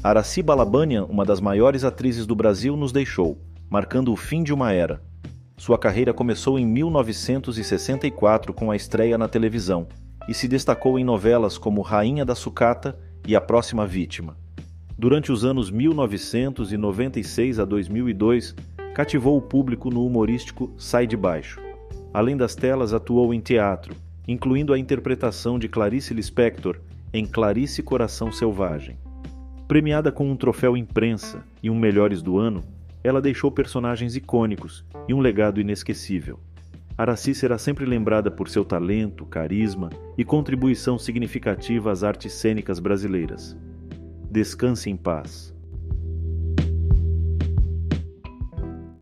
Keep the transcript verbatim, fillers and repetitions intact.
Aracy Balabanian, uma das maiores atrizes do Brasil, nos deixou, marcando o fim de uma era. Sua carreira começou em mil novecentos e sessenta e quatro com a estreia na televisão e se destacou em novelas como Rainha da Sucata e A Próxima Vítima. Durante os anos mil novecentos e noventa e seis a dois mil e dois, cativou o público no humorístico Sai de Baixo. Além das telas, atuou em teatro, incluindo a interpretação de Clarice Lispector em Clarice Coração Selvagem. Premiada com um troféu imprensa e um Melhores do Ano, ela deixou personagens icônicos e um legado inesquecível. Aracy será sempre lembrada por seu talento, carisma e contribuição significativa às artes cênicas brasileiras. Descanse em paz.